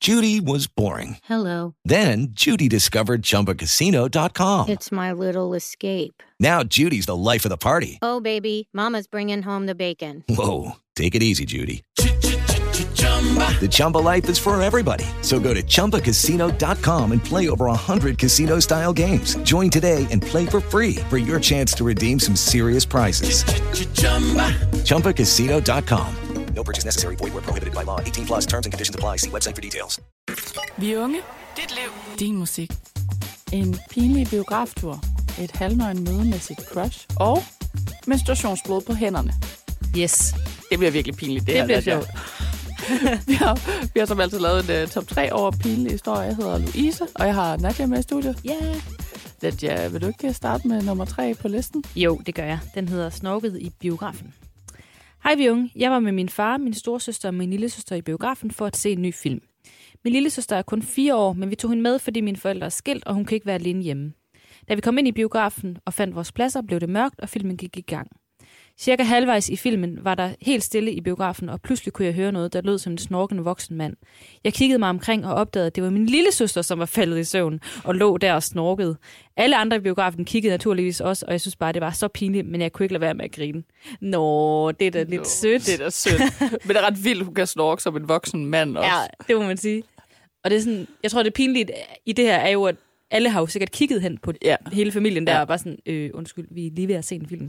Judy was boring. Hello. Then Judy discovered ChumbaCasino.com. It's my little escape. Now Judy's the life of the party. Oh, baby, mama's bringing home the bacon. Whoa, take it easy, Judy. The Chumba life is for everybody. So go to ChumbaCasino.com and play over 100 casino-style games. Join today and play for free for your chance to redeem some serious prizes. ChumbaCasino.com. No purchase necessary. Void where prohibited by law. 18 plus terms and conditions apply. See website for details. Vi er unge. Dit liv. Din musik. En pinlig biograftur. Et halvnøgen møde med sit crush. Og menstruationsblod på hænderne. Yes. Det bliver virkelig pinligt, det her. Det bliver sjovt. vi har som altid lavet en top 3 over pinlige historier. Jeg hedder Louise, og jeg har Nadia med i studiet. Ja. Yeah. Nadia, vil du ikke starte med nummer 3 på listen? Jo, det gør jeg. Den hedder Snorket i biografen. Hej, vi unge. Jeg var med min far, min storesøster og min lillesøster i biografen for at se en ny film. Min lillesøster er kun 4 år, men vi tog hende med, fordi mine forældre er skilt, og hun kan ikke være alene hjemme. Da vi kom ind i biografen og fandt vores pladser, blev det mørkt, og filmen gik i gang. Cirka halvvejs i filmen var der helt stille i biografen, og pludselig kunne jeg høre noget, der lød som en snorkende voksen mand. Jeg kiggede mig omkring og opdagede, at det var min lillesøster, som var faldet i søvn og lå der og snorkede. Alle andre i biografen kiggede naturligvis også, og jeg synes bare, det var så pinligt, men jeg kunne ikke lade være med at grine. Nå, det er da lidt sødt. Det er da sødt. Men det er ret vildt, hun kan snorke som en voksen mand også. Ja, det må man sige. Og det er sådan, jeg tror, det pinlige i det her er jo, at alle har jo sikkert kigget hen på hele familien der, og bare sådan, undskyld, vi er lige ved at se en film.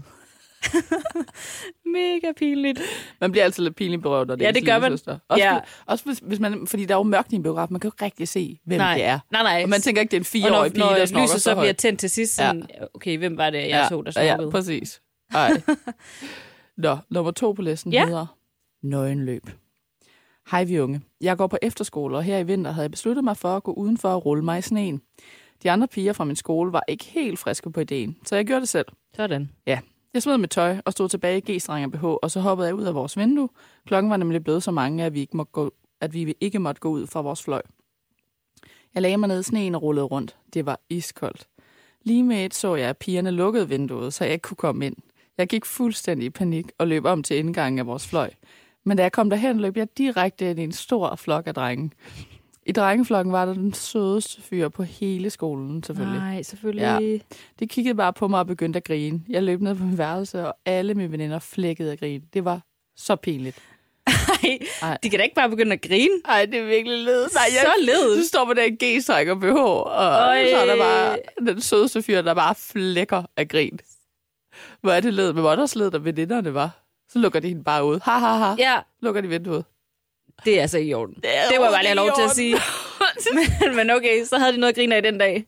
Mega pinligt. Man bliver altid lidt pinligt berørt, når det er det gør man. Også hvis man, fordi der er jo mørkt i en biograf, man kan jo ikke rigtig se, hvem det er. Nej. Og man tænker ikke, det er en 4-årig pige, der snorker så højt. Lyset så bliver tændt til sidst, sådan, okay, hvem var det, jeg så, der snorkede? Ja, præcis. Ej. Nå, nummer 2 på listen hedder Nøgenløb. Hej, vi unge. Jeg går på efterskole, og her i vinter havde jeg besluttet mig for at gå udenfor og rulle mig i sneen. De andre piger fra min skole var ikke helt friske på ideen, så jeg gjorde det selv. Sådan. Ja. Jeg smed mit tøj og stod tilbage i G-streng og BH, og så hoppede jeg ud af vores vindue. Klokken var nemlig blevet så mange, at vi ikke måtte gå ud fra vores fløj. Jeg lagde mig ned i sneen og rullede rundt. Det var iskoldt. Lige med et så jeg, at pigerne lukkede vinduet, så jeg ikke kunne komme ind. Jeg gik fuldstændig i panik og løb om til indgangen af vores fløj. Men da jeg kom derhen, løb jeg direkte ind i en stor flok af drenge. I drengeflokken var der den sødeste fyr på hele skolen, selvfølgelig. Nej, selvfølgelig. Ja. De kiggede bare på mig og begyndte at grine. Jeg løb ned på min værelse, og alle mine veninder flækkede af grin. Det var så pinligt. Ej, de kan da ikke bare begynde at grine. Nej, det er virkelig ledet. Så ledet. Så står man der i G-stræk og BH, og så er der bare den sødeste fyr, der bare flækker af grin. Hvor er det ledet? Men hvor er der også ledet, at veninderne var? Så lukker de hende bare ud. Ha, ha, ha. Ja. Lukker de vinduet. Det er altså i orden. Det var bare lige lov til at sige. men okay, så havde de noget at grine af den dag.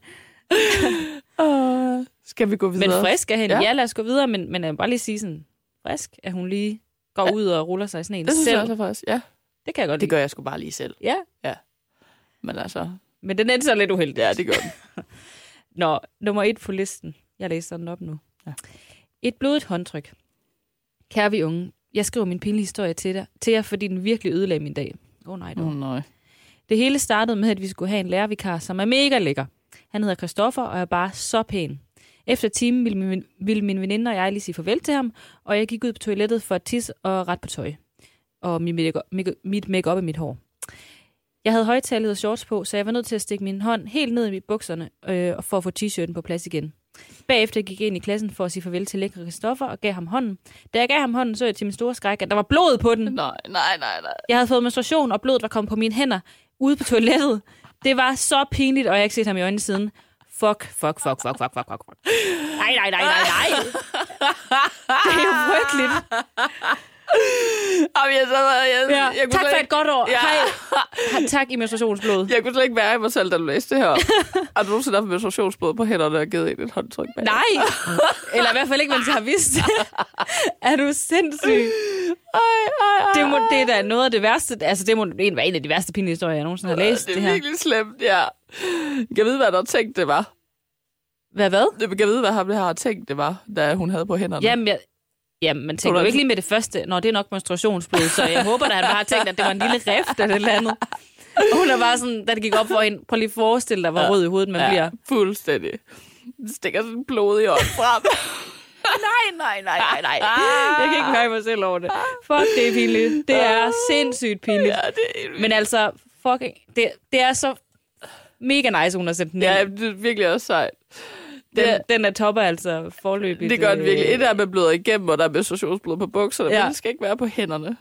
Skal vi gå videre? Men frisk er hende. Ja, lad os gå videre. Men jeg vil bare lige sige sådan, frisk, at hun lige går ud og ruller sig i sneen. Det synes jeg også er frisk, ja. Det kan jeg godt lide. Det gør jeg sgu bare lige selv. Ja. Men altså... Men den er så lidt uheldig. Ja, det gør den. Nå, nummer 1 på listen. Jeg læser den op nu. Ja. Et blodigt håndtryk. Kære vi unge, jeg skriver min pinlige historie til jer, fordi den virkelig ødelagde min dag. Nej. Det hele startede med, at vi skulle have en lærervikar, som er mega lækker. Han hedder Christoffer og er bare så pæn. Efter timen ville min veninde og jeg lige sige farvel til ham, og jeg gik ud på toilettet for at tisse og ret på tøj. Og mit make-up i mit hår. Jeg havde højtalet og shorts på, så jeg var nødt til at stikke min hånd helt ned i bukserne for at få t-shirten på plads igen. Bagefter gik jeg ind i klassen for at sige farvel til lækre Christoffer og gav ham hånden. Da jeg gav ham hånden, så jeg til min store skræk, at der var blod på den. Nej. Jeg havde fået menstruation, og blodet var kommet på mine hænder ude på toilettet. Det var så pinligt, og jeg har ikke set ham i øjnene siden. Fuck. Nej. Det er jo frygteligt. Tak for et godt år. Hej. Tak i menstruationsblod. Jeg kunne slet ikke være i mig selv, da du læste det her. Har du nogensinde haft menstruationsblod på hænderne og givet et håndtryk bag? Nej. Eller i hvert fald ikke, mens jeg har vidst det. Er du sindssyg? Det er da noget af det værste. Altså, det må være en af de værste pinlige historier, jeg nogensinde har læst. Det er virkelig slemt, ja. Jeg vide, hvad der tænkt det var. Hvad? Jeg vide, hvad ham har tænkt det var, da hun havde på hænderne. Jamen, man tænker jo ikke lige med det første. Nå, det er nok menstruationsblod, så jeg håber, at han bare har tænkt, at det var en lille rift eller et eller andet. Og hun er bare sådan, da det gik op for hende, prøv lige at forestille dig, hvor rød i hovedet man bliver. Fuldstændig. Det stikker sådan blodig op frem. Nej. Jeg kan ikke høre mig selv over det. Fuck, det er pinligt. Det er sindssygt pinligt. Ja, det er men altså, fucking... Det er så mega nice, hun har sendt den Ja, ind. det er virkelig også sejt. Den er topper altså forløbigt. Det gør den virkelig. Et er med bløder igennem, og der er menstruationsblod på bukserne, Ja. men det skal ikke være på hænderne.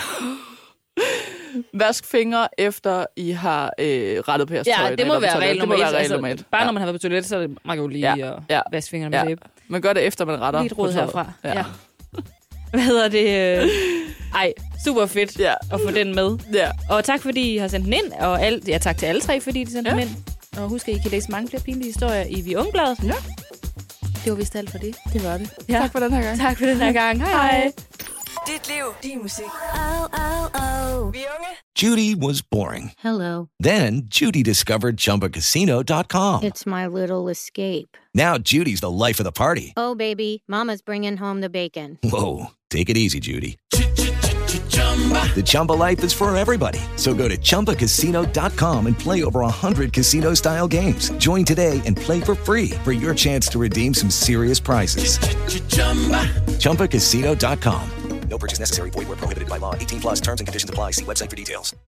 Vask fingre, efter I har rettet på jeres tøj. Ja, det må være regel nummer 1. Regel Altså, bare når man har været på toilettet, så er det meget godt lige at vaske fingrene med sæbe. Man gør det efter, man retter. Lige et råd herfra. Ja. Hvad hedder det? Super fedt at få den med. Ja. Og tak, fordi I har sendt den ind. Og tak til alle 3, fordi de sendte den ind. Og husk, at I kan læse mange flere pinlige historier i Vi Ungebladet. Ja. Det var vist alt for det. Det var det. Ja. Tak for den her gang. Tak for den her gang. Hej. Dit liv, din musik. Vi unge. Judy was boring. Hello. Then Judy discovered ChumbaCasino.com. It's my little escape. Now Judy's the life of the party. Oh, baby, mama's bringing home the bacon. Whoa, take it easy, Judy. The Chumba life is for everybody. So go to ChumbaCasino.com and play over 100 casino-style games. Join today and play for free for your chance to redeem some serious prizes. ChumbaCasino.com. No purchase necessary. Void where prohibited by law. 18+ terms and conditions apply. See website for details.